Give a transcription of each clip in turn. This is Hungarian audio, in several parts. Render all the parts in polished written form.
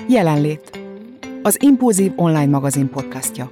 Jelenlét. Az Impulzív online magazin podcastja.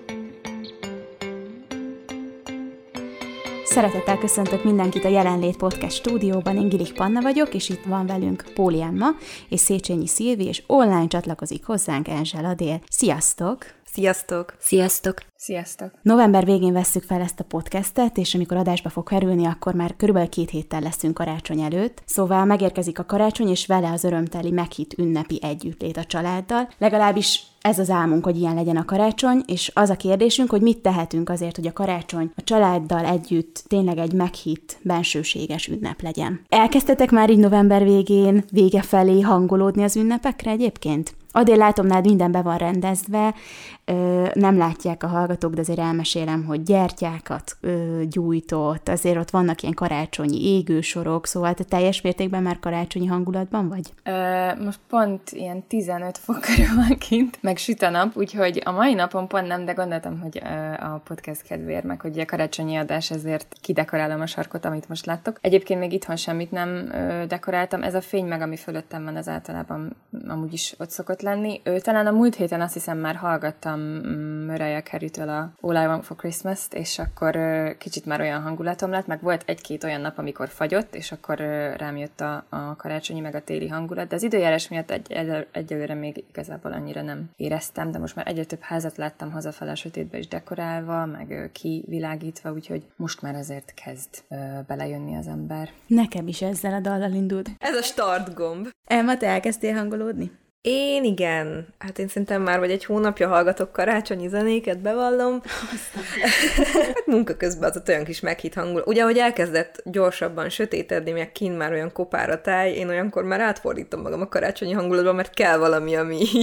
Szeretettel köszöntök mindenkit a Jelenlét podcast stúdióban, én Gilich Panna vagyok, és itt van velünk Póli Emma és Széchenyi Szilvi, és online csatlakozik hozzánk Enzsel Adél. Sziasztok! Sziasztok! Sziasztok! Sziasztok! November végén vesszük fel ezt a podcastet, és amikor adásba fog kerülni, akkor már körülbelül 2 héttel leszünk karácsony előtt. Szóval megérkezik a karácsony, és vele az örömteli meghitt ünnepi együttlét a családdal. Legalábbis ez az álmunk, hogy ilyen legyen a karácsony, és az a kérdésünk, hogy mit tehetünk azért, hogy a karácsony a családdal együtt tényleg egy meghitt, bensőséges ünnep legyen. Elkezdtetek már így november végén, vége felé hangolódni az ünnepekre egyébként? Adél, látom, nád minden be van rendezve, nem látják a hallgatók, de azért elmesélem, hogy gyertyákat gyújtott, azért ott vannak ilyen karácsonyi égősorok, szóval te teljes mértékben már karácsonyi hangulatban vagy? Most pont ilyen 15 fok körül van kint, meg süt a nap, úgyhogy a mai napon pont nem, de gondoltam, hogy a podcast kedvéért, meg hogy a karácsonyi adás, ezért kidekorálom a sarkot, amit most láttok. Egyébként még itthon semmit nem dekoráltam, ez a fény meg, ami fölöttem van, az általában amúgy is ott szokott lenni. Talán a múlt héten azt hiszem már hallgattam Mariah Carey-től a All I Want for Christmas-t, és akkor kicsit már olyan hangulatom lett, meg volt 1-2 olyan nap, amikor fagyott, és akkor rám jött a karácsonyi meg a téli hangulat, de az időjárás miatt egyelőre még igazából annyira nem éreztem, de most már egyre több házat láttam hazafele a sötétbe is dekorálva, meg kivilágítva, úgyhogy most már azért kezd belejönni az ember. Nekem is ezzel a dallal indult. Ez a start gomb. Emma, te elkezdtél hangolódni? Én igen. Hát én szerintem már vagy egy hónapja hallgatok karácsonyi zenéket, bevallom. Hát munka közben az ott olyan kis meghitt hangulat. Ugye, ahogy elkezdett gyorsabban sötétedni, meg kint már olyan kopár a táj, én olyankor már átfordítom magam a karácsonyi hangulatba, mert kell valami,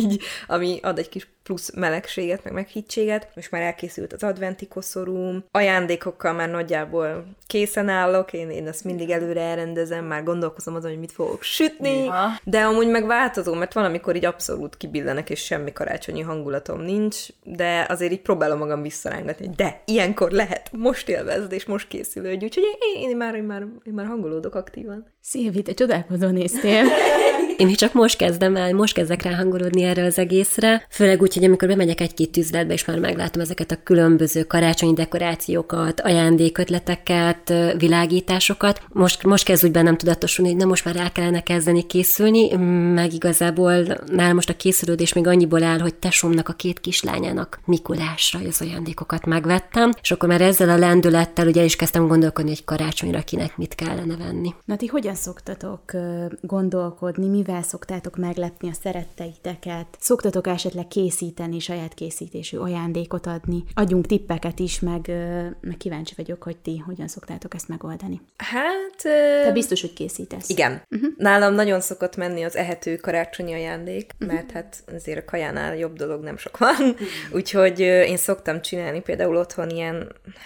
ami ad egy kis plusz melegséget, meg meghittséget. Most már elkészült az adventi koszorúm. Ajándékokkal már nagyjából készen állok, én ezt mindig előre elrendezem, már gondolkozom azon, hogy mit fogok sütni, de amúgy meg változó, mert van, amikor így abszolút kibillenek, és semmi karácsonyi hangulatom nincs, de azért így próbálom magam visszarángatni, hogy de, ilyenkor lehet, most élvezd, és most készülődj, úgyhogy én már hangolódok aktívan. Szilvi, te csodálkozó néztél. Én is csak most kezdek rá hangolódni erre az egészre, főleg úgy, hogy amikor bemegyek 1-2 üzletbe, és már meglátom ezeket a különböző karácsonyi dekorációkat, ajándékötleteket, világításokat. Most kezd úgy bennem tudatosulni, hogy most már el kellene kezdeni készülni, meg igazából nálam most a készülődés még annyiból áll, hogy tesómnak a 2 kislányának Mikulásra az ajándékokat megvettem, és akkor már ezzel a lendülettel ugye is kezdtem gondolkodni, hogy karácsonyra kinek mit kellene venni. Na, ti hogyan szoktatok gondolkodni, mivel szoktátok meglepni a szeretteiteket? Szoktatok esetleg készíteni, saját készítésű ajándékot adni? Adjunk tippeket is, meg kíváncsi vagyok, hogy ti hogyan szoktátok ezt megoldani. Hát... Te biztos, hogy készítesz. Igen. Nálam nagyon szokott menni az ehető karácsonyi ajándék, mert hát azért a kajánál jobb dolog nem sok van. Úgyhogy én szoktam csinálni például otthon ilyen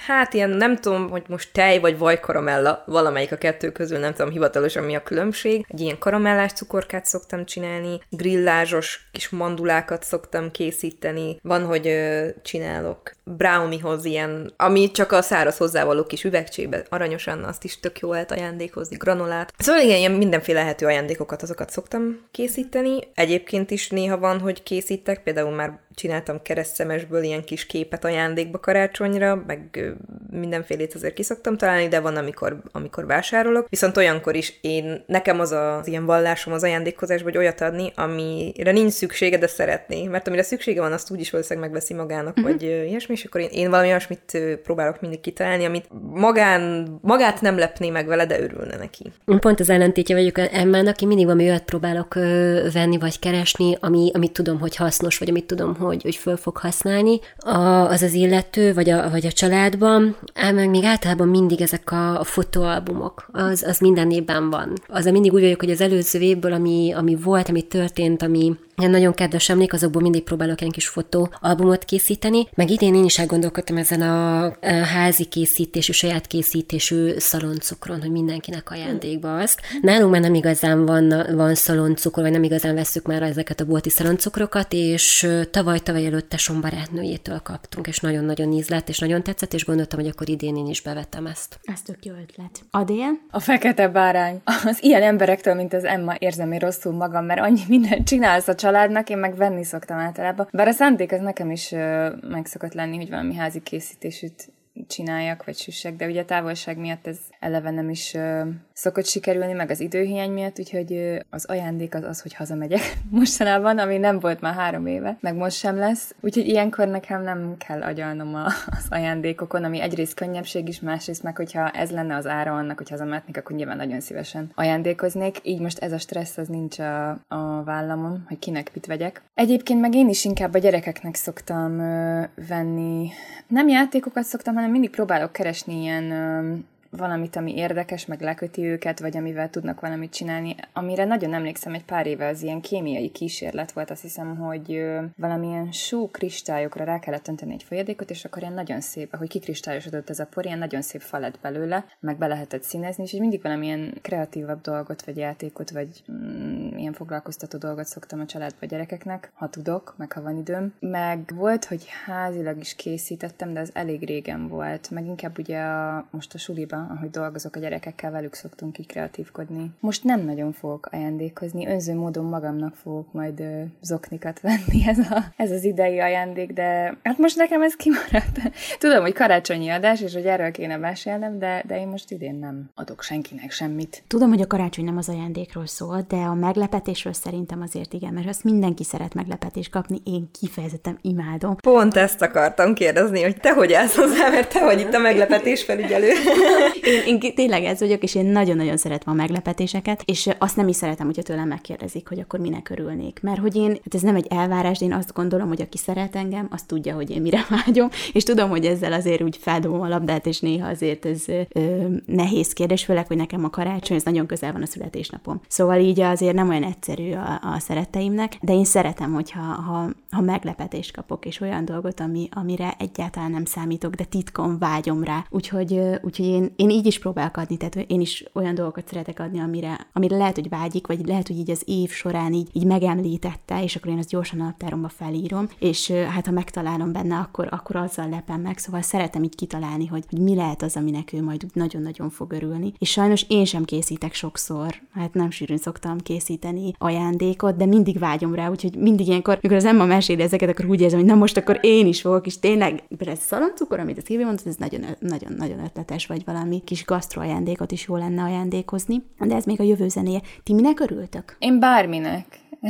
nem tudom, hogy most tej vagy vajkaramella, valamelyik a 2 közül, nem tudom hivatalosan mi a különbség. Egy ilyen karamellás cukorkát szoktam csinálni, grillázsos kis mandulákat szoktam készíteni. Van, hogy csinálok browniehoz ilyen, ami csak a száraz hozzávaló kis üvegcsébe aranyosan, azt is tök jó lehet ajándékozni, granolát. Szóval igen, ilyen mindenféle lehető ajándékokat, azokat szoktam készíteni. Egyébként is néha van, hogy készítek, például már csináltam keresztszemesből ilyen kis képet ajándékba karácsonyra, meg mindenfélét azért ki szoktam találni, de van, amikor vásárolok. Viszont olyankor is nekem az ilyen vallásom az ajándékozásban, hogy olyat adni, amire nincs szüksége, de szeretné. Mert amire szüksége van, azt úgyis valószínűleg megveszi magának, vagy ilyesmi, és akkor én valami olyasmit próbálok mindig kitalálni, amit magát nem lepné meg vele, de örülne neki. Pont az ellentétje vagyok Emmának, aki mindig valami olyat próbálok venni, vagy keresni, amit tudom, hogy hasznos, vagy amit tudom, hogy föl fog használni az illető, vagy a családban. Meg még általában mindig ezek a fotóalbumok, az minden évben van. Azzal mindig úgy vagyok, hogy az előző évből, ami volt, ami történt, ami nagyon kedves emlék, azokból mindig próbálok egy kis fotóalbumot készíteni. Meg idén én is elgondolkodtam ezen a házi készítésű, saját készítésű szaloncukron, hogy mindenkinek ajándékba azt. Nálunk már nem igazán van szaloncukor, vagy nem igazán vesszük már ezeket a bolti szaloncukrokat, és tavaly előtt tesom barátnőjétől kaptunk, és nagyon-nagyon ízlett, és nagyon tetszett, és gondoltam, hogy akkor idén én is bevettem ezt. Ez tök jó ötlet. Adél? A fekete bárány. Az ilyen emberektől, mint az Emma, érzem én rosszul magam, mert annyi mindent csinálsz a családnak, én meg venni szoktam általában. Bár a szándék az nekem is meg szokott lenni, hogy valami házi készítésűt csináljak, vagy süssek, de ugye a távolság miatt ez eleve nem is szokott sikerülni, meg az időhiány miatt, úgyhogy az ajándék az, hogy hazamegyek mostanában, ami nem volt már 3 éve, meg most sem lesz. Úgyhogy ilyenkor nekem nem kell agyalnom az ajándékokon, ami egyrészt könnyebbség is, másrészt meg, hogyha ez lenne az ára annak, hogy hazamehetnék, akkor nyilván nagyon szívesen ajándékoznék. Így most ez a stressz az nincs a vállamon, hogy kinek mit vegyek. Egyébként meg én is inkább a gyerekeknek szoktam venni. Nem játékokat szoktam, hanem mindig próbálok keresni ilyen valamit, ami érdekes, meg leköti őket, vagy amivel tudnak valamit csinálni. Amire nagyon emlékszem, egy pár éve az ilyen kémiai kísérlet volt, azt hiszem, hogy valamilyen só kristályokra rá kellett önteni egy folyadékot, és akkor ilyen nagyon szép, ahogy kikristályosodott ez a por, ilyen nagyon szép fa lett belőle, meg be lehetett színezni, és így mindig valamilyen kreatívabb dolgot, vagy játékot, vagy ilyen foglalkoztató dolgot szoktam a családba a gyerekeknek, ha tudok, meg ha van időm. Meg volt, hogy házilag is készítettem, de az elég régen volt, meg inkább ugye most a suliban, ahogy dolgozok a gyerekekkel, velük szoktunk így kreatívkodni. Most nem nagyon fogok ajándékozni, önző módon magamnak fogok majd zoknikat venni, ez az idei ajándék, de hát most nekem ez kimaradt. Tudom, hogy karácsonyi adás, és hogy erről kéne mesélnem, de én most idén nem adok senkinek semmit. Tudom, hogy a karácsony nem az ajándékról szól, de a meglepetésről szerintem azért igen, mert azt mindenki szeret meglepetést kapni, én kifejezetten imádom. Pont ezt akartam kérdezni, hogy te hogy állsz hozzá, mert te vagy itt a meglepetés felügyelő. Én tényleg ez vagyok, és én nagyon-nagyon szeretem a meglepetéseket, és azt nem is szeretem, hogyha tőlem megkérdezik, hogy akkor minek örülnék. Mert hogy hát ez nem egy elvárás, de én azt gondolom, hogy aki szeret engem, az tudja, hogy én mire vágyom, és tudom, hogy ezzel azért úgy feldobom a labdát, és néha azért ez nehéz kérdés, főleg, hogy nekem a karácsony, ez nagyon közel van a születésnapom. Szóval így azért nem olyan egyszerű a szeretteimnek, de én szeretem, hogyha meglepetést kapok, és olyan dolgot, amire egyáltalán nem számítok, de titkon vágyom rá. Úgyhogy én így is próbálok adni, tehát én is olyan dolgokat szeretek adni, amire lehet, hogy vágyik, vagy lehet, hogy így az év során így megemlítette, és akkor én azt gyorsan a naptáromba felírom, és hát ha megtalálom benne, akkor azzal lepem meg, szóval szeretem így kitalálni, hogy mi lehet az, aminek ő majd nagyon-nagyon fog örülni. És sajnos én sem készítek sokszor, hát nem sűrűn szoktam készíteni ajándékot, de mindig vágyom rá, úgyhogy mindig ilyenkor, mikor az Emma meséli ezeket, akkor úgy érzem, hogy na most akkor én is fogok, és tényleg ez szaloncukor, amit a Szilvi mondott, ez nagyon-nagyon ötletes, vagy valami kis gasztroajándékot is jó lenne ajándékozni, de ez még a jövő zenéje. Ti minek örültök? Én bárminek.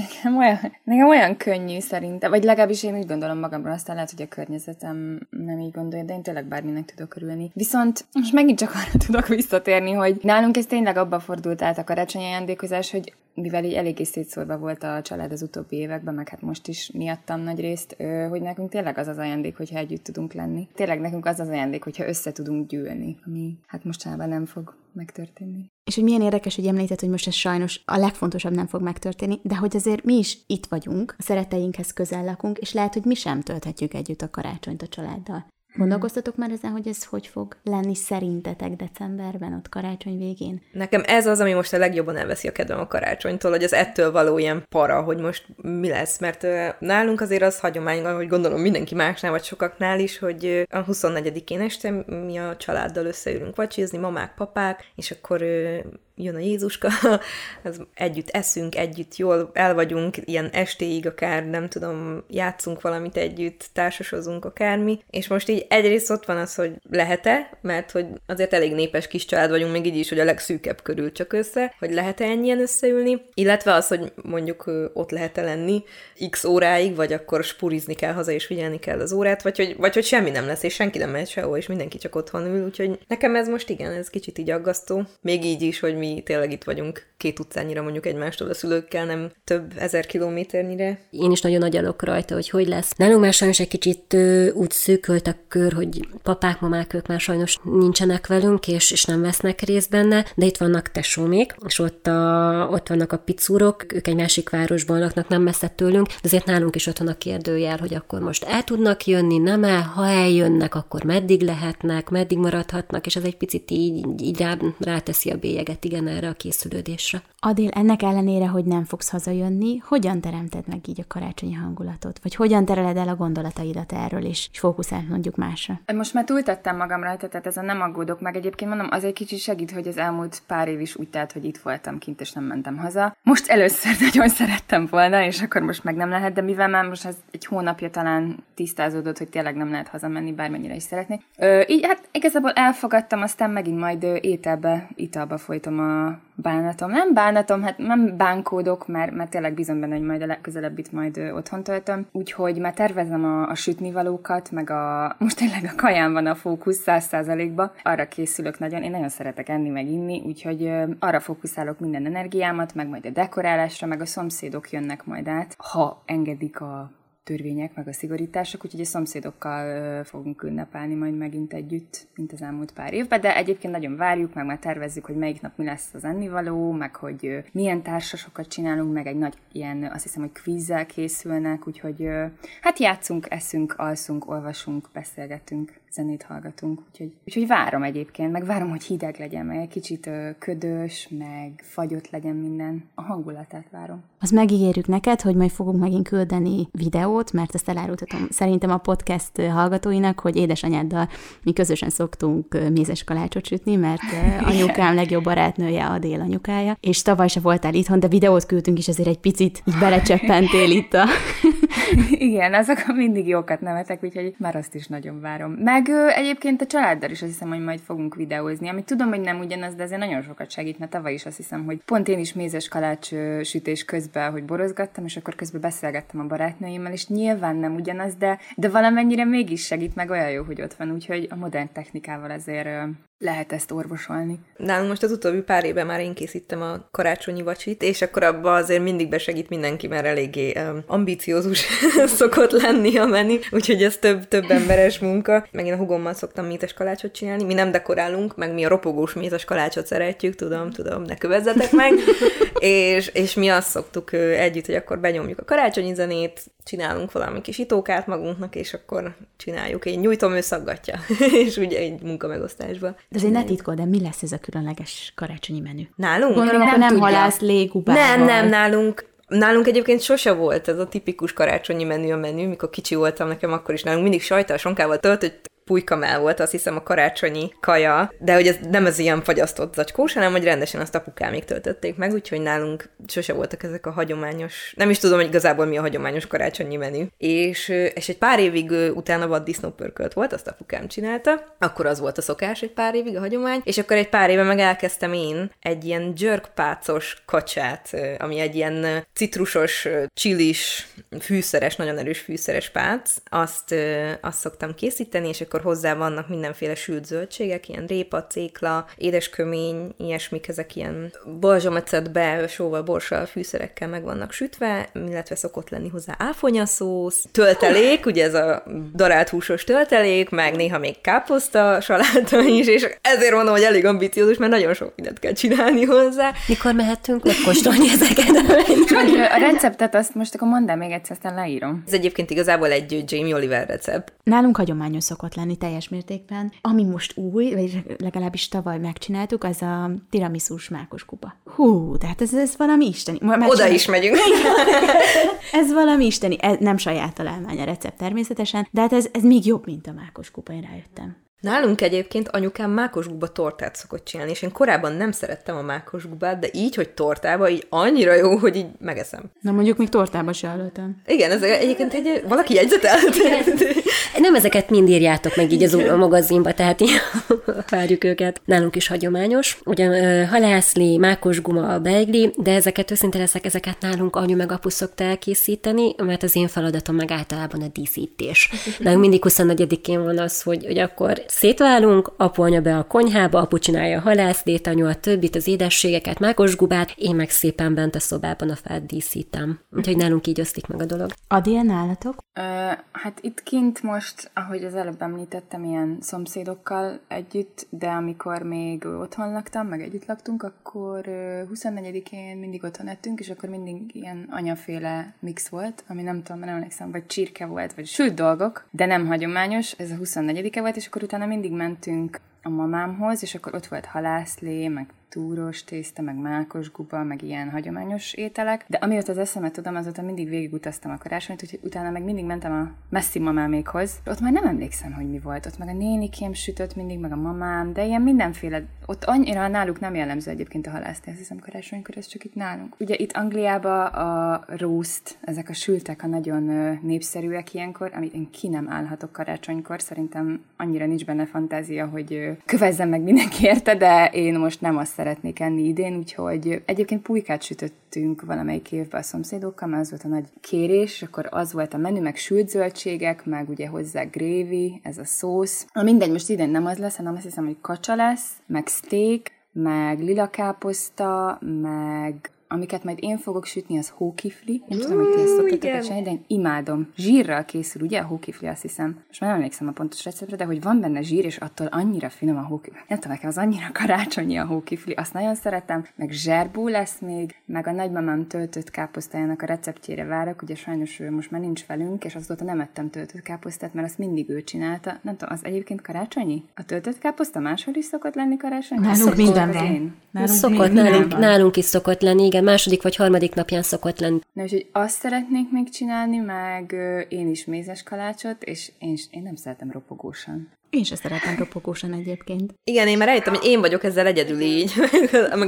Nekem olyan könnyű szerintem, vagy legalábbis én úgy gondolom magamról, aztán lehet, hogy a környezetem nem így gondolja, de én tényleg bárminek tudok örülni. Viszont most megint csak arra tudok visszatérni, hogy nálunk ez tényleg abba fordult át a karácsonyi ajándékozás, hogy mivel így eléggé szétszórva volt a család az utóbbi években, meg hát most is miattam nagy részt, hogy nekünk tényleg az az ajándék, hogyha együtt tudunk lenni. Tényleg nekünk az az ajándék, hogyha össze tudunk gyűlni, ami hát mostanában nem fog megtörténni. És hogy milyen érdekes, hogy említett, hogy most ez sajnos a legfontosabb nem fog megtörténni, de hogy azért mi is itt vagyunk, a szeretteinkhez közel lakunk, és lehet, hogy mi sem tölthetjük együtt a karácsonyt a családdal. Gondolkoztatok már ezen, hogy ez hogy fog lenni szerintetek decemberben, ott karácsony végén? Nekem ez az, ami most a legjobban elveszi a kedvem a karácsonytól, hogy az ettől való ilyen para, hogy most mi lesz, mert nálunk azért az hagyomány, hogy gondolom mindenki másnál, vagy sokaknál is, hogy a 24-én este mi a családdal összeülünk vacsizni, mamák, papák, és akkor jön a Jézuska, az együtt eszünk, együtt jól el vagyunk, ilyen estéig akár, nem tudom, játszunk valamit együtt, társasozunk akármi, és most így egyrészt ott van az, hogy lehet-e, mert hogy azért elég népes kis család vagyunk, még így is, hogy a legszűkebb körül csak össze, hogy lehet-e ennyien összeülni, illetve az, hogy mondjuk ott lehet-e lenni x óráig, vagy akkor spurizni kell haza, és figyelni kell az órát, vagy hogy semmi nem lesz, és senki nem megy sehol, és mindenki csak otthon ül, úgyhogy nekem ez most igen, ez kicsit így aggasztó. Még így is, hogy mi tényleg itt vagyunk 2 utcányira mondjuk egymástól a szülőkkel, nem több 1000 kilométernyire. Én is nagyon agyalok rajta, hogy lesz. Nálunk már sajnos egy kicsit úgy szűkölt a kör, hogy papák, mamák, ők már sajnos nincsenek velünk, és nem vesznek részt benne, de itt vannak tesómék, és ott vannak a picúrok, ők egy másik városban laknak, nem messze tőlünk, de azért nálunk is ott van a kérdőjel, hogy akkor most el tudnak jönni, nem el, ha eljönnek, akkor meddig lehetnek, meddig maradhatnak, és ez egy picit így ráteszi a bélyeget, igen erre a készülődésre. Adél, ennek ellenére, hogy nem fogsz hazajönni, hogyan teremted meg így a karácsonyi hangulatot? Vagy hogyan tereled el a gondolataidat erről, és fókuszálsz mondjuk másra? Most már túltettem magam rajta, tehát ezen nem aggódok meg. Egyébként mondom, az egy kicsit segít, hogy az elmúlt pár év is úgy telt, hogy itt voltam kint, és nem mentem haza. Most először nagyon szerettem volna, és akkor most meg nem lehet, de mivel már most ez egy hónapja talán tisztázódott, hogy tényleg nem lehet hazamenni, bármennyire is szeretnék. Így hát igazából elfogadtam, aztán megint majd italba folytom a bánatom. Nem bánatom, hát nem bánkódok, mert tényleg bízom benne, hogy majd a legközelebbit majd otthon töltöm. Úgyhogy már tervezem a sütnivalókat, meg most tényleg a kaján van a fókusz 100%-ba. Arra készülök nagyon, én nagyon szeretek enni, meg inni, úgyhogy arra fókuszálok minden energiámat, meg majd a dekorálásra, meg a szomszédok jönnek majd át, ha engedik a törvények, meg a szigorítások, úgyhogy a szomszédokkal fogunk ünnepelni majd megint együtt, mint az elmúlt pár évben, de egyébként nagyon várjuk, meg már tervezzük, hogy melyik nap mi lesz az ennivaló, meg hogy milyen társasokat csinálunk, meg egy nagy ilyen, azt hiszem, hogy kvízzel készülnek, úgyhogy hát játszunk, eszünk, alszunk, olvasunk, beszélgetünk, zenét hallgatunk, úgyhogy várom egyébként, meg várom, hogy hideg legyen, meg egy kicsit ködös, meg fagyott legyen minden. A hangulatát várom. Azt megígérjük neked, hogy majd fogunk megint küldeni videót, mert ezt elárultatom szerintem a podcast hallgatóinak, hogy édesanyáddal mi közösen szoktunk mézes kalácsot sütni, mert anyukám legjobb barátnője Adél anyukája, és tavaly se voltál itthon, de videót küldtünk is, azért egy picit így belecseppentél itt a... Igen, azok mindig jókat nevetek, úgyhogy már azt is nagyon várom. Meg egyébként a családdal is azt hiszem, hogy majd fogunk videózni, amit tudom, hogy nem ugyanaz, de azért nagyon sokat segít, mert tavaly is azt hiszem, hogy pont én is mézes kalács sütés közben, hogy borozgattam, és akkor közben beszélgettem a barátnőimmel, és nyilván nem ugyanaz, de valamennyire mégis segít, meg olyan jó, hogy ott van, úgyhogy a modern technikával azért lehet ezt orvosolni. Nálunk most az utóbbi pár évben már én készítem a karácsonyi vacsit, és akkor abban azért mindig besegít mindenki, mert eléggé ambiciózus szokott lenni a menü, úgyhogy ez több emberes munka. Meg én a hugommal szoktam mézes kalácsot csinálni, mi nem dekorálunk, meg mi a ropogós mézes kalácsot szeretjük, tudom, ne kövezzetek meg, és mi azt szoktuk együtt, hogy akkor benyomjuk a karácsonyi zenét, csinálunk valami kis itókát magunknak, és akkor csináljuk. Én nyújtom, ő szaggatja, és ugye egy munkamegosztásban. De azért ne titkod, de mi lesz ez a különleges karácsonyi menü? Nálunk? Gondolom, akkor nem halászlé, gubával. Nem, nálunk egyébként sose volt ez a tipikus karácsonyi menü a menü, mikor kicsi voltam nekem, akkor is nálunk mindig sajttal sonkával töltött pulykamell volt, azt hiszem a karácsonyi kaja, de hogy ez nem az ilyen fagyasztott zacskós, hanem hogy rendesen azt apukámék töltötték meg, úgyhogy nálunk sose voltak ezek a hagyományos, nem is tudom, hogy igazából mi a hagyományos karácsonyi menü. És egy pár évig utána vaddisznópörkölt volt, azt apukám csinálta, akkor az volt a szokás egy pár évig a hagyomány, és akkor egy pár éve meg elkezdtem én egy ilyen jerkpácos kacsát, ami egy ilyen citrusos, csilis, fűszeres, nagyon erős fűszeres pác, azt szoktam készíteni, és akkor hozzá vannak mindenféle sült zöldségek, ilyen répa, cékla, édeskömény, ilyesmik, ezek ilyen balzsamecetbe, sóval, borssal, fűszerekkel meg vannak sütve, illetve szokott lenni hozzá áfonyaszósz, töltelék, ugye ez a darált húsos töltelék, meg néha még káposzta, saláta is, és ezért mondom, hogy elég ambiciózus, mert nagyon sok mindent kell csinálni hozzá. Mikor mehetünk megkóstolni ezeket? A receptet azt most akkor mondd el még egyszer, aztán leírom. Ez egyébként igazából egy Jamie Oliver recept. Nálunk hagyományos szokott lenni teljes mértékben. Ami most új, vagy legalábbis tavaly megcsináltuk, az a tiramisús mákos kupa. Hú, tehát ez valami isteni. Oda is megyünk. Ez valami isteni. Ez nem saját találmány a recept természetesen, de hát ez még jobb, mint a mákos kupa, én rájöttem. Nálunk egyébként anyukám mákosguba tortát szokott csinálni, és én korábban nem szerettem a mákosgubát, de így, hogy tortába, így annyira jó, hogy így megeszem. Na mondjuk még tortába se hallottam. Igen, ez egyébként valaki jegyzetelt. Nem ezeket mind írjátok meg így a magazinba, tehát így várjuk őket. Nálunk is hagyományos. Ugyan halászli, mákosguma, beigli, de ezeket őszinte leszek, ezeket nálunk anyu meg apu szokta elkészíteni, mert az én feladatom meg általában a díszítés. Nálunk mindig 24-én van az, hogy akkor szétválunk, apu anya be a konyhába, apu csinálja a halászlét, anyu a többit, az édességeket, mákosgubát, én meg szépen bent a szobában a fát díszítem. Úgyhogy nálunk így osztik meg a dolog. Adél, nálatok? Hát itt kint most, ahogy az előbb említettem, ilyen szomszédokkal együtt, de amikor még otthon laktam, meg együtt laktunk, akkor 24-én mindig otthon ettünk, és akkor mindig ilyen anyaféle mix volt, ami nem tudom, nem emlékszem, vagy csirke volt, vagy sült dolgok, de nem hagyományos, ez a 24-e volt, és akkor utána mindig mentünk a mamámhoz, és akkor ott volt halászlé, meg túros tészta, meg mákos guba, meg ilyen hagyományos ételek, de amióta az eszemet tudom, azóta mindig végigutaztam a karácsonyt, úgyhogy utána meg mindig mentem a messzi mamámékhoz. Ott már nem emlékszem, hogy mi volt. Ott meg a nénikém sütött mindig, meg a mamám, de ilyen mindenféle, ott annyira náluk nem jellemző egyébként a halászti, azt hiszem karácsonykor, ez csak itt nálunk. Ugye itt Angliában a roast, ezek a sültek a nagyon népszerűek ilyenkor, amit én ki nem állhatok karácsonykor, szerintem annyira nincs benne fantázia, hogy kövezzem meg mindenki érte, de én most nem azt szeretnék enni idén, úgyhogy egyébként pulykát sütöttünk valamelyik évben a szomszédokkal, mert az volt a nagy kérés, akkor az volt a menü, meg sült zöldségek, meg ugye hozzá gravy, ez a szósz. Mindegy, most idén nem az lesz, hanem azt hiszem, hogy kacsa lesz, meg steak, meg lila káposzta, meg amiket majd én fogok sütni, az hókifli. Nem tudom, hogy ti ezt szoktatok csinálni, de én imádom. Zsírral készül, ugye a hókifli, azt hiszem. Most már nem emlékszem a pontos receptre, de hogy van benne zsír, és attól annyira finom a hókifli. Nem tudom, nekem az annyira karácsonyi a hókifli, azt nagyon szeretem. Meg zserbú lesz még, meg a nagymamám töltött káposztájának a receptjére várok. Ugye sajnos ő most már nincs velünk, és azóta nem ettem töltött káposztát, mert azt mindig ő csinálta. Nem tudom, az egyébként karácsonyi? A töltött káposzta máshol is szokott lenni karácsonyi? Nálunk minden van. Nálunk is szokott lenni, igen, második vagy harmadik napján szokott lenni. Na, úgyhogy azt szeretnék még csinálni, meg én is mézes kalácsot, és én nem szeretem ropogósan. Én sem szeretem ropogósan egyébként. Igen, én már rájöttem, hogy én vagyok ezzel egyedül így, meg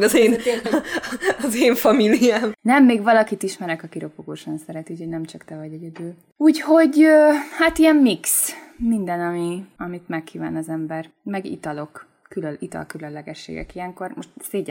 az én familiám. Nem, még valakit ismerek, aki ropogósan szeret, úgyhogy nem csak te vagy egyedül. Úgyhogy, hát ilyen mix. Minden, amit megkíván az ember. Meg italok. Italkülönlegességek ilyenkor. Most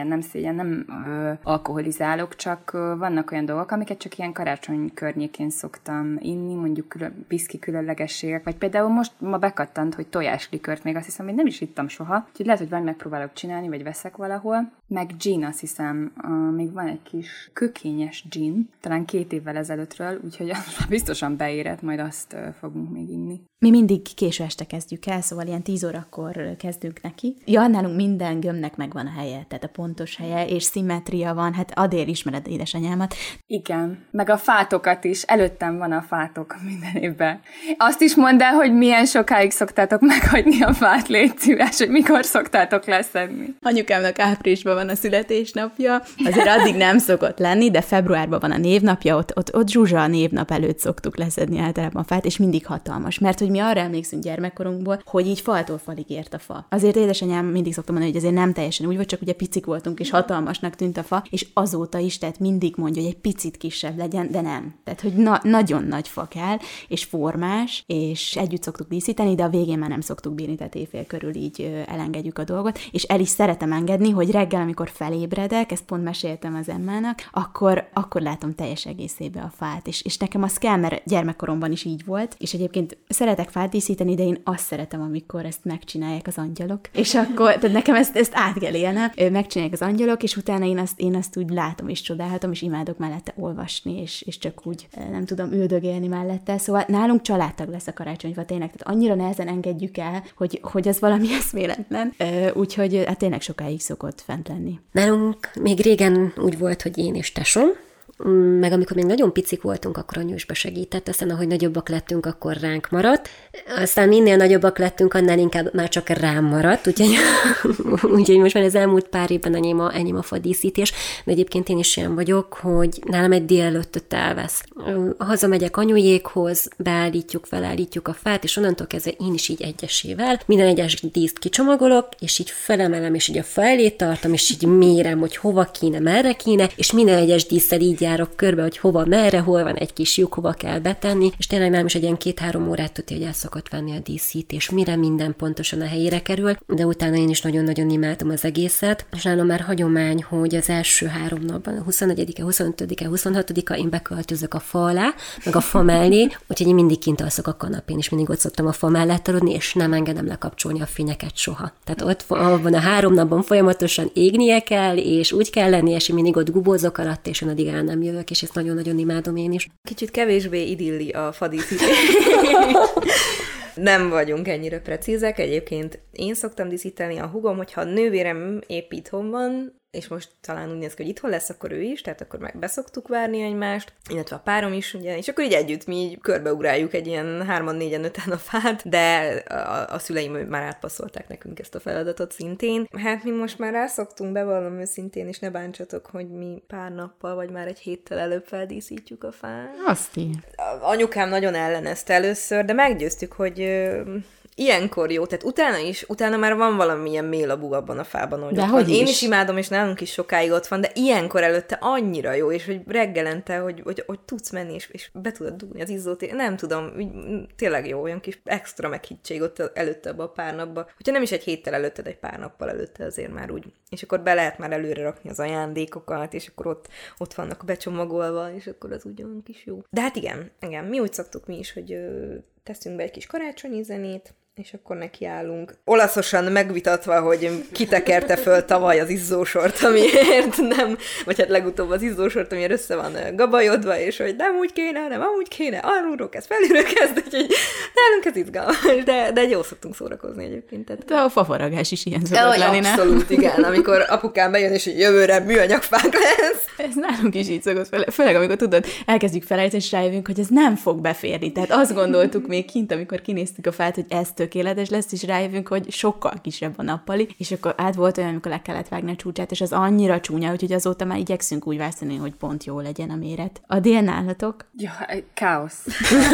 nem alkoholizálok, csak vannak olyan dolgok, amiket csak ilyen karácsony környékén szoktam inni, mondjuk viszki különlegességek, vagy például most ma bekattant, hogy tojáslikört még azt hiszem, hogy nem is ittam soha, úgyhogy lehet, hogy valami megpróbálok csinálni, vagy veszek valahol. Meg gin, azt hiszem, még van egy kis kökényes gin, talán 2 évvel ezelőttről, úgyhogy biztosan beérett, majd azt fogunk még inni. Mi mindig késő este kezdjük el, szóval ilyen 10 órakor kezdünk neki. Ja, nálunk minden gömbnek megvan a helye, tehát a pontos helye, és szimmetria van, hát Adél ismered édesanyámat. Igen, meg a fátokat is, előttem van a fátok minden évben. Azt is mondd el, hogy milyen sokáig szoktátok meghagyni a fát, légy szíves, hogy mikor szoktátok leszedni. Anyukámnak áprilisban van a születésnapja, azért addig nem szokott lenni, de februárban van a névnapja, ott Zsuzsa a névnap előtt szoktuk leszedni általában a fát, és mindig hatalmas, mert hogy mi arra emlékszünk gyermekkorunkból, hogy így faltól falig ért a fa. Azért édesanyám mindig szoktam mondani, hogy azért nem teljesen úgy volt, csak ugye picik voltunk, és hatalmasnak tűnt a fa, és azóta is, tehát mindig mondja, hogy egy picit kisebb legyen, de nem. Tehát, hogy nagyon nagy fa kell, és formás, és együtt szoktuk díszíteni, de a végén már nem szoktuk bírni, tehát éjfél körül így elengedjük a dolgot, és el is szeretem engedni, hogy reggel, amikor felébredek, ezt pont meséltem az Emmának, akkor látom teljes egészébe a fát, és nekem az kell, mert gyermekkoromban is így volt, és egyébként szeretek fát díszíteni, de én azt szeretem, amikor ezt megcsinálják az angyalok, és akkor, tehát nekem ezt át kell élnem, megcsinálják az angyalok, és utána én azt úgy látom és csodálhatom, és imádok mellette olvasni, és csak úgy, nem tudom, üldögélni mellette, szóval nálunk családtag lesz a karácsonyfa tényleg, tehát annyira nehezen engedjük el, hogy az valami eszméletlen, úgyhogy hát tényleg sokáig szokott fent lenni. Nálunk még régen úgy volt, hogy én és tesom, meg amikor még nagyon picik voltunk, akkor anyósba segített, aztán ahogy nagyobbak lettünk, akkor ránk maradt. Aztán minél nagyobbak lettünk, annál inkább már csak rám maradt, úgyhogy most már az elmúlt pár évben enyém a fadíszítés, de egyébként én is ilyen vagyok, hogy nálam egy délelőttöt elvesz. Hazamegyek anyujékhoz, felállítjuk a fát, és onnantól kezdve én is így egyesével minden egyes díszt kicsomagolok, és így felemelem, és így a fa elé tartom, és így mérem, hogy hova kéne, merre kéne, és minden egyes díszsel így járok körbe, hogy hova, merre, hol van egy kis lyuk, hova kell betenni, és tényleg nem is egy ilyen 2-3 órát tudja, hogy el szokott venni a díszítés, mire minden pontosan a helyére kerül, de utána én is nagyon-nagyon imádom az egészet, és nálam már hagyomány, hogy az első 3 napban, a 21-e, 25-e, 26-a én beköltözök a fa alá, meg a fa mellé, úgyhogy én mindig kint alszok a kanapén, és mindig ott szoktam a fa mellett aludni, és nem engedem lekapcsolni a fényeket soha. Tehát ott abban a 3 napban folyamatosan égnie kell, és úgy kell lenni, és én mindig ott gubózok alatt, és én addig el nem jövök, és ezt nagyon-nagyon imádom én is. Kicsit kevésbé idilli a fadíszítés. Nem vagyunk ennyire precízek. Egyébként én szoktam díszíteni, a húgom, hogyha a nővérem épp itthon van, és most talán úgy néz ki, hogy itthon lesz, akkor ő is, tehát akkor meg beszoktuk várni egymást, illetve a párom is, ugye, és akkor így együtt mi így körbeugráljuk egy ilyen 3-4-5-en a fát, de a szüleim már átpasszolták nekünk ezt a feladatot szintén. Hát mi most már rászoktunk, bevallom őszintén, és ne bántsatok, hogy mi pár nappal, vagy már egy héttel előbb feldíszítjük a fát. Azt így. Anyukám nagyon ellenezte először, de meggyőztük, hogy ilyenkor jó, tehát utána már van valamilyen mélabú abban a fában, hogy ott van. Én is imádom, és nálunk is sokáig ott van, de ilyenkor előtte annyira jó, és hogy reggelente, hogy tudsz menni, és be tudod dugni az izzót, nem tudom, tényleg jó, olyan kis extra meghittség ott előtte abba a pár napba. Hogyha nem is egy héttel előtte, de egy pár nappal előtte azért már úgy. És akkor be lehet már előre rakni az ajándékokat, és akkor ott vannak becsomagolva, és akkor az úgy olyan kis jó. De hát igen, mi úgy szoktuk mi is, hogy teszünk be egy kis karácsonyi zenét, és akkor nekiállunk. Olaszosan megvitatva, hogy kitekerte föl tavaly az izzósort, amiért nem, vagy hát legutóbb az izzósort, amiért össze van gabajodva, és hogy nem úgy kéne, nem amúgy kéne, alulról kezd, felülről kezd, úgyhogy nálunk ez izgalmas, de jó szoktunk szórakozni egyébként. Tehát. De a fafaragás is ilyen szokott lenni, nem? Abszolút, igen, amikor apukám bejön, és jövőre műanyagfánk lesz. Ez nálunk is így szokott, főleg amikor tudod, elkezdjük felállítani, és rájövünk, hogy ez nem fog beférni. Tehát azt gondoltuk még kint, amikor kinéztük a fát, hogy ez tökéletes lesz, és rájövünk, hogy sokkal kisebb a nappali, és akkor át volt olyan, amikor le kellett vágni a csúcsát, és az annyira csúnya, úgyhogy azóta már igyekszünk úgy választani, hogy pont jó legyen a méret. A dél nálatok? Ja, káosz.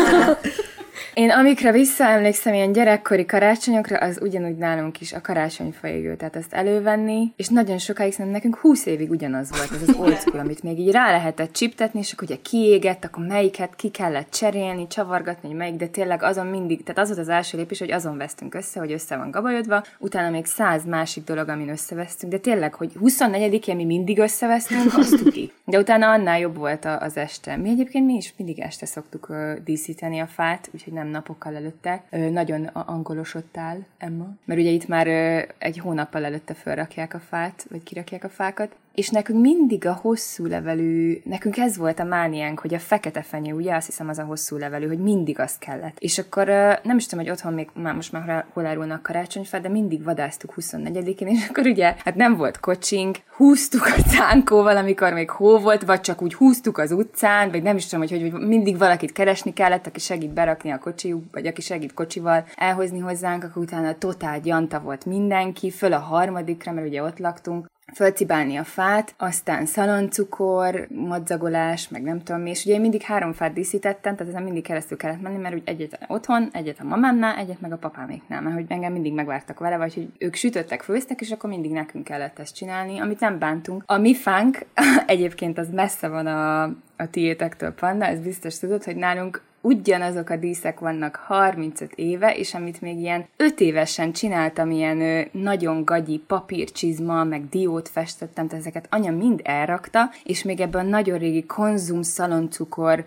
Én amikre visszaemlékszem, ilyen gyerekkori karácsonyokra, az ugyanúgy nálunk is a karácsonyfaégő, tehát ezt elővenni, és nagyon sokáig szerintem nekünk 20 évig ugyanaz volt, ez az old school, amit még így rá lehetett csiptetni, és akkor ugye kiégett, akkor melyiket ki kellett cserélni, csavargatni, hogy melyik, de tényleg azon mindig, tehát az volt az első lépés, hogy azon vesztünk össze, hogy össze van gabajodva, utána még 100 másik dolog, amin összevesztünk, de tényleg, hogy 24-én mi mindig összevesztünk, azt tuti. De utána annál jobb volt az este. Mi egyébként mi is mindig este szoktuk díszíteni a fát, úgyhogy nem napokkal előtte. Nagyon angolosodtál, Emma. Mert ugye itt már egy hónappal előtte felrakják a fát, vagy kirakják a fákat. És nekünk mindig a hosszú levelű, nekünk ez volt a mániánk, hogy a fekete fenyő, ugye azt hiszem az a hosszú levelű, hogy mindig az kellett. És akkor nem is tudom, hogy otthon még most már hol árulnak karácsonyfát, de mindig vadásztuk 24-én, és akkor ugye, hát nem volt kocsink, húztuk a cánkóval, amikor még hó volt, vagy csak úgy húztuk az utcán, vagy nem is tudom, hogy mindig valakit keresni kellett, aki segít berakni a kocsiuk, vagy aki segít kocsival elhozni hozzánk, akkor utána totál gyanta volt mindenki, föl a harmadikra, mert ugye ott laktunk, fölcibálni a fát, aztán szaloncukor, madzagolás, meg nem tudom mi, és ugye én mindig 3 fát díszítettem, tehát ezen mindig keresztül kellett menni, mert úgy egyet otthon, egyet a mamámnál, egyet meg a papáméknál, mert hogy engem mindig megvártak vele, vagy hogy ők sütöttek, főztek, és akkor mindig nekünk kellett ezt csinálni, amit nem bántunk. A mi fánk egyébként az messze van a tiétektől, Panna, ez biztos tudod, hogy nálunk ugyanazok a díszek vannak 35 éve, és amit még ilyen 5 évesen csináltam, ilyen nagyon gagyi papírcsizma, meg diót festettem, tehát ezeket anya mind elrakta, és még ebben a nagyon régi Konzum szaloncukor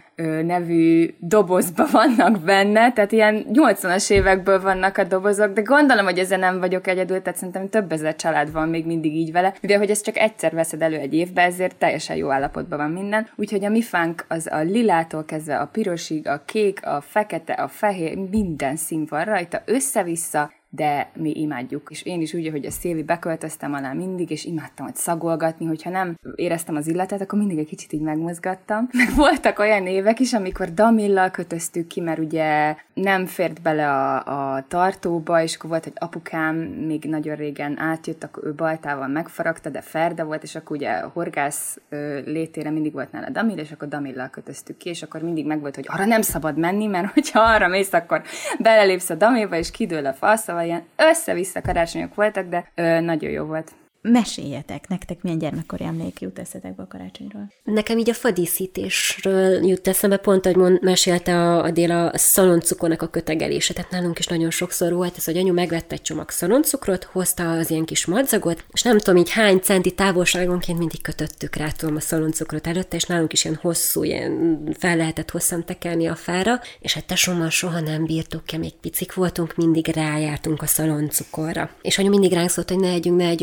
nevű dobozba vannak benne, tehát ilyen 80-as évekből vannak a dobozok, de gondolom, hogy ezen nem vagyok egyedül, tehát szerintem több ezer család van még mindig így vele, de hogy ezt csak egyszer veszed elő egy évbe, ezért teljesen jó állapotban van minden, úgyhogy a mi fánk az a lilától kezdve a pirosig, a kék, a fekete, a fehér, minden szín van rajta, össze-vissza, de mi imádjuk. És én is úgy, hogy a Szilvi beköltöztem alá mindig, és imádtam ott szagolgatni, hogyha nem éreztem az illetet, akkor mindig egy kicsit így megmozgattam. Meg voltak olyan évek is, amikor damillal kötöztük ki, mert ugye nem fért bele a tartóba, és akkor volt, hogy apukám még nagyon régen átjött, akkor ő baltával megfaragta, de ferde volt, és akkor ugye a horgász létére mindig volt nála damill, és akkor damillal kötöztük ki, és akkor mindig megvolt, hogy arra nem szabad menni, mert hogyha arra mész, akkor belelépsz a damillba, és kidől a fa, szóval ilyen össze-vissza karácsonyok voltak, de nagyon jó volt. Meséljetek, nektek milyen gyermekkori emlék jut eszetekbe a karácsonyról? Nekem így a fadíszítésről jut eszembe, pont, ahogy mesélte a Dél a szaloncukornak a kötegelése. Tehát nálunk is nagyon sokszor volt ez, hogy anyu megvette egy csomag szaloncukrot, hozta az ilyen kis madzagot, és nem tudom így hány centi távolságonként mindig kötöttük rá a szaloncukrot előtte, és nálunk is ilyen hosszú, ilyen fel lehetett hosszan tekerni a fára, és hát tesómmal soha nem bírtuk ki, még picik voltunk, mindig rájártunk a szaloncukorra. És anyu mindig ránk szólt, hogy ne együnk belőle,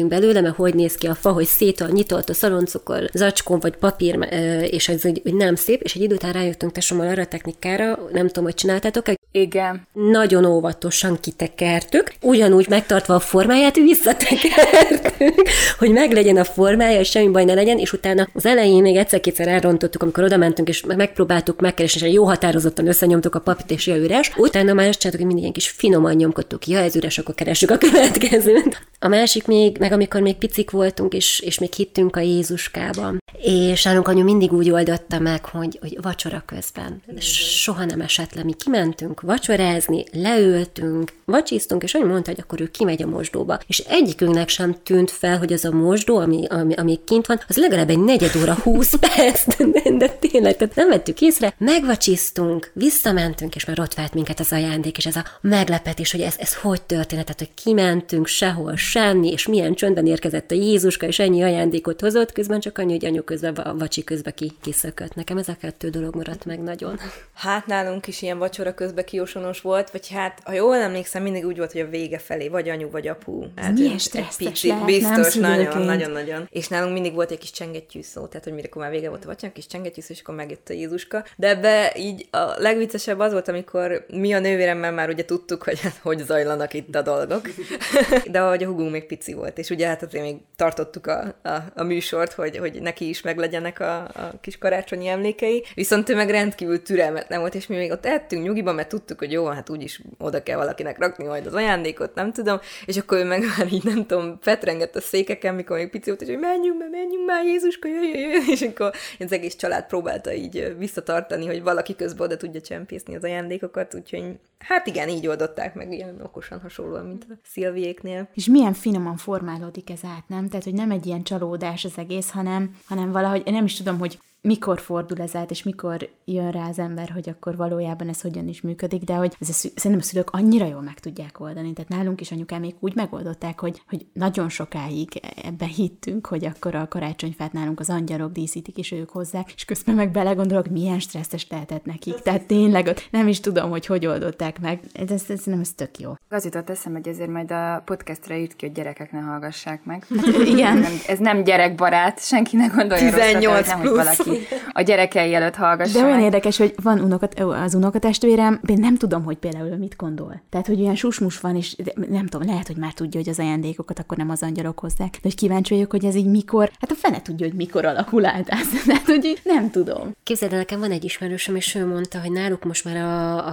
filmben hogy néz ki a fa, hogy szétol, nyitott a szaloncokon, zacskón vagy papír, és ez úgy nem szép, és egy idő után rájöttünk tesommal arra a technikára, nem tudom, hogy csináltátok, igen. Nagyon óvatosan kitekertük, ugyanúgy megtartva a formáját, visszatekertük, hogy meglegyen a formája, és semmi baj ne legyen, és utána az elején még egyszer-kétszer elrontottuk, amikor oda mentünk, és megpróbáltuk megkeresni, és jó határozottan összenyomtuk a papírt, és üres. Utána már azt csináltuk, hogy mindig ilyen kis finoman nyomkodtuk, ja, ez üres, akkor keressük a következőt. A másik még, meg amikor még picik voltunk, és még hittünk a Jézuskában. És nálunk anyu mindig úgy oldotta meg, hogy vacsora közben. Soha nem esett le, mi kimentünk vacsorázni, leültünk, vacsiztunk, és anyu mondta, hogy akkor ő kimegy a mosdóba. És egyikünknek sem tűnt fel, hogy az a mosdó, ami kint van, az legalább egy 4 óra 20 perc, de tényleg, tehát nem vettük észre, megvacsiztunk, visszamentünk, és már ott várt minket az ajándék, és ez a meglepetés, hogy ez hogy történt, tehát, hogy kimentünk, sehol semmi, és milyen csöndben érkezett a Jézuska, és ennyi ajándékot hozott, közben csak annyi, hogy anyu közben, a vacsi közben kiszökött. Nekem ez a 2 dolog maradt meg nagyon. Hát nálunk is ilyen vacsora közben kiósonos volt, vagy hát, ha jól emlékszem, mindig úgy volt, hogy a vége felé vagy anyu, vagy apu. Hát, milyen stresszes lehet, biztos, nagyon. És nálunk mindig volt egy kis csengettyű szó, tehát, hogy mire már vége volt a vacsorának, kis csengettyű szó, és akkor megjött a Jézuska. De ebbe így a legviccesebb az volt, amikor mi a nővéremmel már ugye tudtuk, hogy zajlanak itt a dolgok. De ahogy a hugunk még pici volt, és ugye hát azért még tartottuk a műsort, hogy neki is meglegyenek a kis karácsonyi emlékei. Viszont ő meg rendkívül türelmetlen volt, és mi még ott ettünk nyugiban, mert tudtuk, hogy jó, hát úgyis oda kell valakinek rakni majd az ajándékot, nem tudom. És akkor ő meg már így, nem tudom, fetrengett a székeken, mikor még pici volt, és hogy menjünk már, Jézuska, jöjjön. És akkor az egész család próbálta így visszatartani, hogy valaki közben oda tudja csempészni az ajándékokat, úgyhogy hát igen, így oldották meg, ilyen okosan hasonlóan, mint a Szilviéknél. És milyen finoman formálódik ez át, nem? Tehát, hogy nem egy ilyen csalódás az egész, hanem valahogy, én nem is tudom, hogy mikor fordul ez át, és mikor jön rá az ember, hogy akkor valójában ez hogyan is működik, de hogy szerintem a szülők annyira jól meg tudják oldani. Tehát nálunk is anyukámék úgy megoldották, hogy nagyon sokáig ebben hittünk, hogy akkor a karácsonyfát nálunk az angyalok díszítik, és ők hozzák, és közben meg belegondolok, milyen stresszes lehetett nekik. Tehát tényleg nem is tudom, hogy oldották meg. Nem, ez tök jó. Az jutott eszembe, hogy ezért majd a podcastra írt ki, hogy gyerekek ne hallgassák meg. Hát, igen. Ez nem gyerekbarát, senki ne gondolja 18 rosszat, hogy valaki a gyerekei előtt hallgassa. De olyan érdekes, hogy van az unokatestvérem, én nem tudom, hogy például mit gondol. Tehát, hogy olyan susmus van, és nem tudom, lehet, hogy már tudja, hogy az ajándékokat akkor nem az angyalok hozzák. De hogy kíváncsi vagyok, hogy ez így mikor, hát a fene tudja, hogy mikor alakul át. Tehát, hogy nem tudom. Képzeld el, nekem van egy ismerősöm, és ő mondta, hogy náluk most már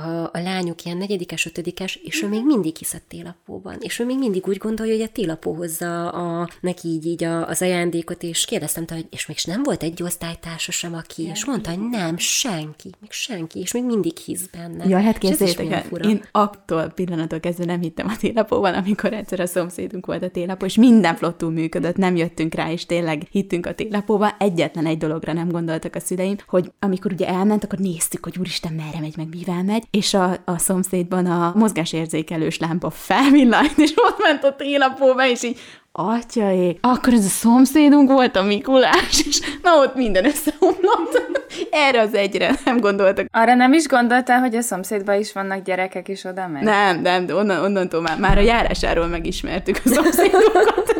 a lányuk ilyen 4-es, 5-es, és ő még mindig hisz a télapóban. És ő még mindig úgy gondolja, hogy a télapó hozza neki így az ajándékot, és kérdeztem tőle, hogy és még nem volt egy osztálytársa sem, aki, és mondta, hogy nem, senki, és még mindig hisz benne. Ja, hát képzeljétek, én attól pillanattól kezdve nem hittem a télapóban, amikor egyszer a szomszédunk volt a télapó, és minden flottul működött, nem jöttünk rá, és tényleg hittünk a télapóba. Egyetlen egy dologra nem gondoltak a szüleim, hogy amikor ugye elment, akkor néztük, hogy úristen, merre megy, meg mivel megy, és a szomszédban a mozgásérzékelős lámpa felvillant, és ott ment a télapóba, és így atyaék, akkor ez a szomszédunk volt a Mikulás, és na ott minden összeomlott. Erre az egyre nem gondoltak. Arra nem is gondoltál, hogy a szomszédban is vannak gyerekek, és oda megy? Nem, de onnantól már a járásáról megismertük a szomszédokat.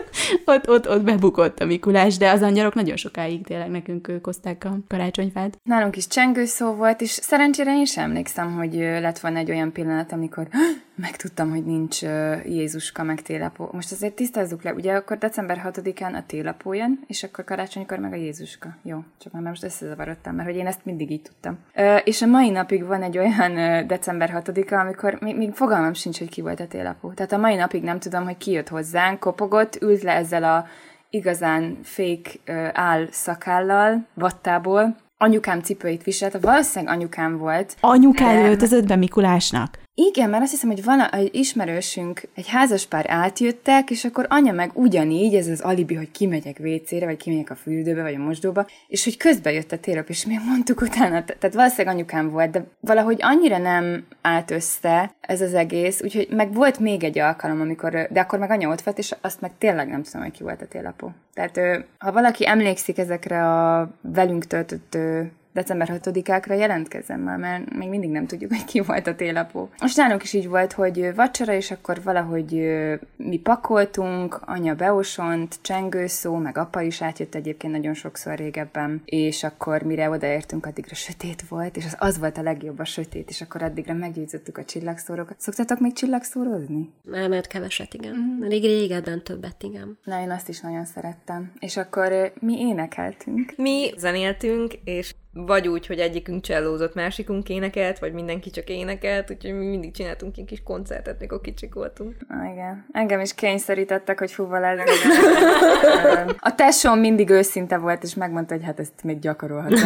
Ott bebukott a Mikulás, de az angyalok nagyon sokáig tényleg nekünk hozták a karácsonyfát. Nálunk is csengőszó volt, és szerencsére én sem emlékszem, hogy lett volna egy olyan pillanat, amikor megtudtam, hogy nincs Jézuska meg télapó. Most azért tisztázzuk le, ugye akkor december 6-án a télapó jön, és akkor karácsonykor meg a Jézuska. Jó, csak már most összezavarodtam, mert hogy én ezt mindig így tudtam. És a mai napig van egy olyan december 6-a, amikor még fogalmam sincs, hogy ki volt a télapó. Tehát a mai napig nem tudom, hogy ki jött hozzánk, kopogott, ült le ezzel a igazán fake áll-szakállal, vattából. Anyukám cipőit viselte, valószínűleg anyukám volt. Anyukám öltözött be Mikulásnak? Igen, mert azt hiszem, hogy van egy ismerősünk, egy házaspár átjöttek, és akkor anya meg ugyanígy, ez az alibi, hogy kimegyek WC-re, vagy kimegyek a fürdőbe, vagy a mosdóba, és hogy közben jött a télap, és még mondtuk utána, tehát valószínűleg anyukám volt, de valahogy annyira nem állt össze ez az egész, úgyhogy meg volt még egy alkalom, de akkor meg anya ott volt, és azt meg tényleg nem tudom, hogy ki volt a télapó. Tehát ha valaki emlékszik ezekre a velünk töltött december 6-ákra jelentkezzen már, mert még mindig nem tudjuk, hogy ki volt a télapó. Most nálunk is így volt, hogy vacsora, és akkor valahogy mi pakoltunk, anya beosont, csengőszó, meg apa is átjött egyébként nagyon sokszor régebben, és akkor mire odaértünk, addigra sötét volt, és az volt a legjobb, a sötét, és akkor addigra meggyőzöttük a csillagszórókat. Szoktatok még csillagszórózni? Mert keveset, igen. Régebben többet, igen. Na, én azt is nagyon szerettem. És akkor mi énekeltünk. Mi zenéltünk, és vagy úgy, hogy egyikünk csellózott, másikunk énekelt, vagy mindenki csak énekelt, úgyhogy mi mindig csináltunk egy kis koncertet, mikor kicsik voltunk. Igen. Engem is kényszerítettek, hogy fúval ez. A tesóm mindig őszinte volt, és megmondta, hogy hát ezt még gyakorolhatom.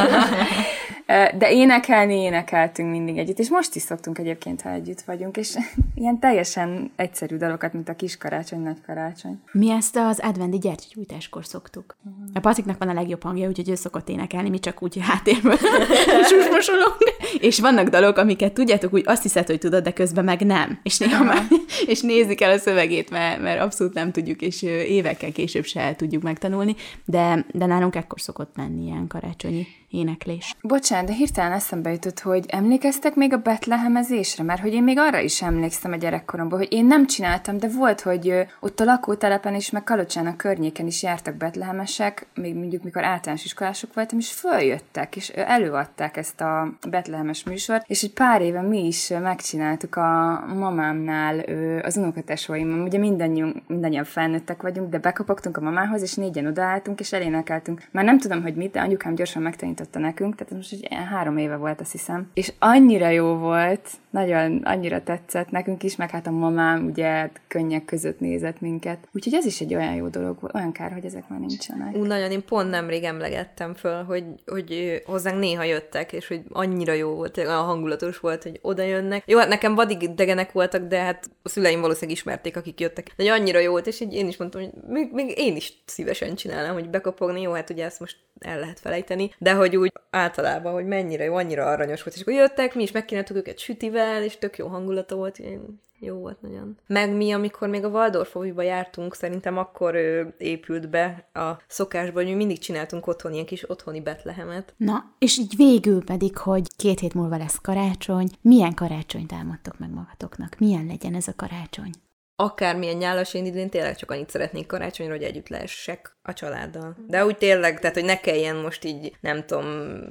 De énekeltünk mindig együtt, és most is szoktunk egyébként, ha együtt vagyunk, és ilyen teljesen egyszerű dalokat, mint a kis karácsony, nagy karácsony. Mi ezt az adventi gyertyagyújtáskor szoktuk. A Patriknak van a legjobb hangja, úgyhogy ő szokott énekelni, mi csak úgy háttérben susmosolunk. És vannak dalok, amiket tudjátok, úgy azt hiszed, hogy tudod, de közben meg nem. És néha már, és nézik el a szövegét, mert abszolút nem tudjuk, és évekkel később se tudjuk megtanulni, de nálunk ekkor szokott lenni ilyen karácsonyi éneklés. Bocsánat, de hirtelen eszembe jutott, hogy emlékeztek még a betlehemezésre? Mert hogy én még arra is emlékszem a gyerekkoromban, hogy én nem csináltam, de volt, hogy ott a lakótelepen is, meg Kalocsán környéken is jártak betlehemesek, még mondjuk mikor általános iskolások voltam, és följöttek, és előadták ezt a betlehemes műsort, és egy pár éve mi is megcsináltuk a mamámnál az unokatesóimmal. Ugye mindannyian felnőttek vagyunk, de bekopogtunk a mamához, és 4-en odaálltunk, és elénekeltünk. Már nem tudom, hogy mit, de anyukám gyorsan megtanította nekünk, tehát most egy 3 éve volt, azt hiszem. És annyira jó volt, nagyon, annyira tetszett nekünk is, meg hát a mamám ugye könnyek között nézett minket. Úgyhogy ez is egy olyan jó dolog, olyan kár, hogy ezek már nincsenek. Nagyon, én pont nemrég emlegettem föl, hogy hozzánk néha jöttek, és hogy annyira jó volt, olyan hangulatos volt, hogy oda jönnek. Jó, hát nekem vadig idegenek voltak, de hát a szüleim valószínűleg ismerték, akik jöttek. De annyira jó volt, és így én is mondtam, hogy még én is szívesen csinálnám, hogy bekopogni, jó, hát ugye ezt most el lehet felejteni, de hogy úgy általában, hogy mennyire jó, annyira aranyos volt, és akkor jöttek, mi is megkínáltuk őket sütivel, és tök jó hangulata volt, jó volt nagyon. Meg mi, amikor még a Waldorfoviba jártunk, szerintem akkor épült be a szokásba, hogy mi mindig csináltunk otthon ilyen kis otthoni betlehemet. Na, és így végül pedig, hogy 2 hét múlva lesz karácsony, milyen karácsonyt álmodtok meg magatoknak? Milyen legyen ez a karácsony? Akármilyen nyálas, én idén tényleg csak annyit szeretnék karácsonyra, hogy együtt lehessek a családdal. De úgy tényleg, tehát hogy ne kelljen most így, nem tudom,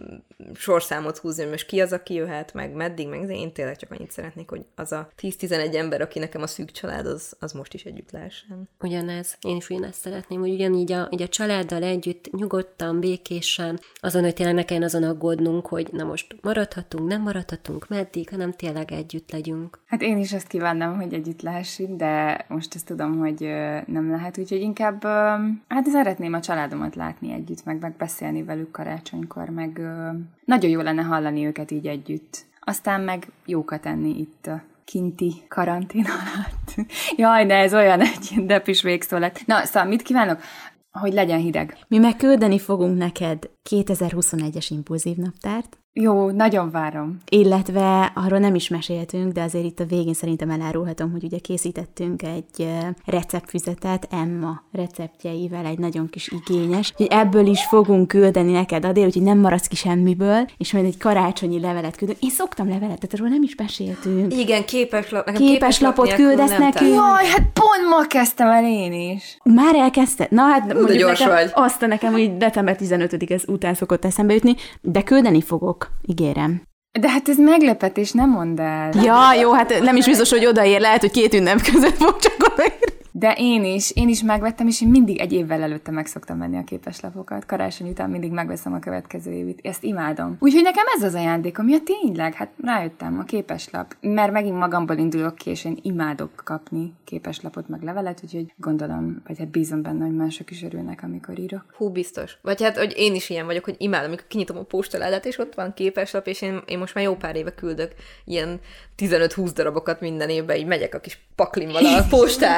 sorszámot húzni, hogy most ki az, aki jöhet, meg meddig, meg én tényleg csak annyit szeretnék, hogy az a 10-11 ember, aki nekem a szűk család, az most is együtt lehessen. Ugyanez. Én is ugyanezt szeretném, hogy ugyanígy a családdal együtt, nyugodtan, békésen, azon, hogy tényleg ne kelljen azon aggódnunk, hogy na most maradhatunk, nem maradhatunk, meddig, hanem tényleg együtt legyünk. Hát én is azt kívánnám, hogy együtt lehessünk, de most ezt tudom, hogy nem lehet, úgyhogy inkább hát szeretném a családomat látni együtt, meg beszélni velük karácsonykor, meg nagyon jó lenne hallani őket így együtt. Aztán meg jókat enni itt a kinti karantén alatt. Jaj, de ez olyan egy depis végszó lett. Na, szóval mit kívánok? Hogy legyen hideg. Mi meg küldeni fogunk neked 2021-es impulzív naptárt. Jó, nagyon várom. Illetve arról nem is meséltünk, de azért itt a végén szerintem elárulhatom, hogy ugye készítettünk egy receptfüzetet Emma receptjeivel, egy nagyon kis igényes, hogy ebből is fogunk küldeni neked Adél, úgyhogy nem maradsz ki semmiből, és majd egy karácsonyi levelet küldünk. Én szoktam levelet, tehát arról nem is beszéltünk. Igen, képeslapot küldesz nekünk. Jaj, hát pont ma kezdtem el én is. Már elkezdted? Na hát mondjuk gyors nekem, vagy. azt nekem úgy december 15-e után szokott eszembe jutni, de küldeni fogok. Ígérem. De hát ez meglepetés, nem mondd el. Ja, jó, hát nem is biztos, hogy odaér, lehet, hogy 2 ünnep között fog csak odaér. De én is megvettem, és én mindig egy évvel előtte meg szoktam venni a képeslapokat. Karácsony után mindig megveszem a következő évit. Ezt imádom. Úgyhogy nekem ez az ajándékom. Ja, tényleg, hát rájöttem, a képeslap. Mert megint magamból indulok ki, és én imádok kapni képeslapot, meg levelet, úgyhogy gondolom, vagy hát bízom benne, hogy mások is örülnek, amikor írok. Hú, biztos. Vagy hát, hogy én is ilyen vagyok, hogy imádom, amikor kinyitom a postaládát, és ott van képeslap, és én most már jó pár éve küldök ilyen 15-20 darabokat minden évben, így megyek a kis paklimmal a postára, hogy akkor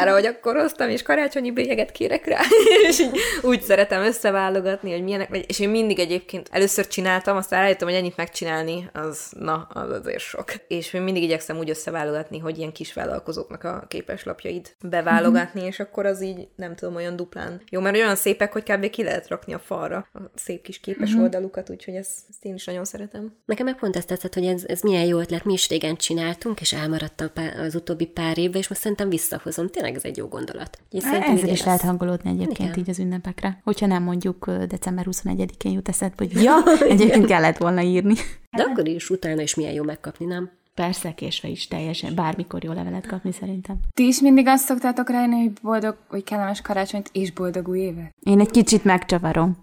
akkor hoztam, és karácsonyi bélyeget kérek rá, és így úgy szeretem összeválogatni, hogy milyenek, és én mindig egyébként először csináltam, aztán rájöttem, hogy ennyit megcsinálni, az azért sok. És én mindig igyekszem úgy összeválogatni, hogy ilyen kis vállalkozóknak a képeslapjaid beválogatni, és akkor az így, nem tudom, olyan duplán. Jó, mert olyan szépek, hogy kb. Ki lehet rakni a falra a szép kis képes oldalukat, úgyhogy ezt én is nagyon szeretem. Nekem meg pont ezt tetszett, hogy ez milyen jó ötlet, mi is régen csináltunk, és elmaradtam az utóbbi pár évben, és most szerintem visszahozom. Tényleg ez egy jó gondolat. Ezzel is lehet hangolódni egyébként így az ünnepekre. Hogyha nem mondjuk december 21-én jut eszedbe, hogy egyébként kellett volna írni. De akkor is utána is milyen jó megkapni, nem? Persze, késve is teljesen, bármikor jó levelet kapni szerintem. Ti is mindig azt szoktátok rájönni, hogy boldog, hogy kellemes karácsonyt és boldog új évet? Én egy kicsit megcsavarom.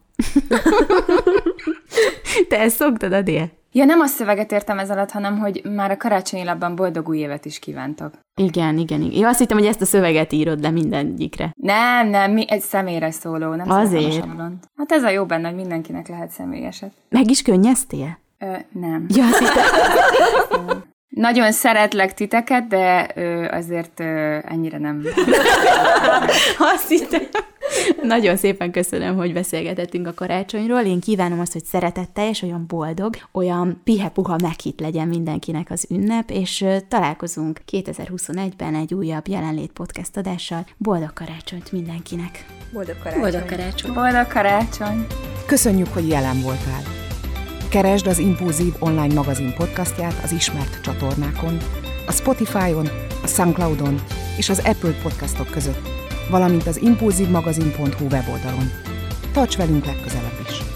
Te ezt szoktad, Adél? Ja, nem a szöveget értem ez alatt, hanem hogy már a karácsonyi lapban boldog új évet is kívántok. Igen. Én azt hittem, hogy ezt a szöveget írod le mindegyikre. Nem, egy személyre szóló, nem azért. Sablont. Hát ez a jó benne, hogy mindenkinek lehet személyeset. Meg is könnyeztél? Nem. Ja, azt hittem. Nagyon szeretlek titeket, de azért ennyire nem. Azt hittem. Nagyon szépen köszönöm, hogy beszélgetettünk a karácsonyról. Én kívánom azt, hogy szeretetteljes, olyan boldog, olyan pihe-puha meghitt legyen mindenkinek az ünnep, és találkozunk 2021-ben egy újabb Jelenlét podcast adással. Boldog karácsonyt mindenkinek! Boldog karácsony! Boldog karácsony! Boldog karácsony! Köszönjük, hogy jelen voltál! Keresd az Impulzív online magazin podcastját az ismert csatornákon, a Spotify-on, a Soundcloud-on és az Apple podcastok között, valamint az impulzívmagazin.hu weboldalon. Tarts velünk legközelebb is!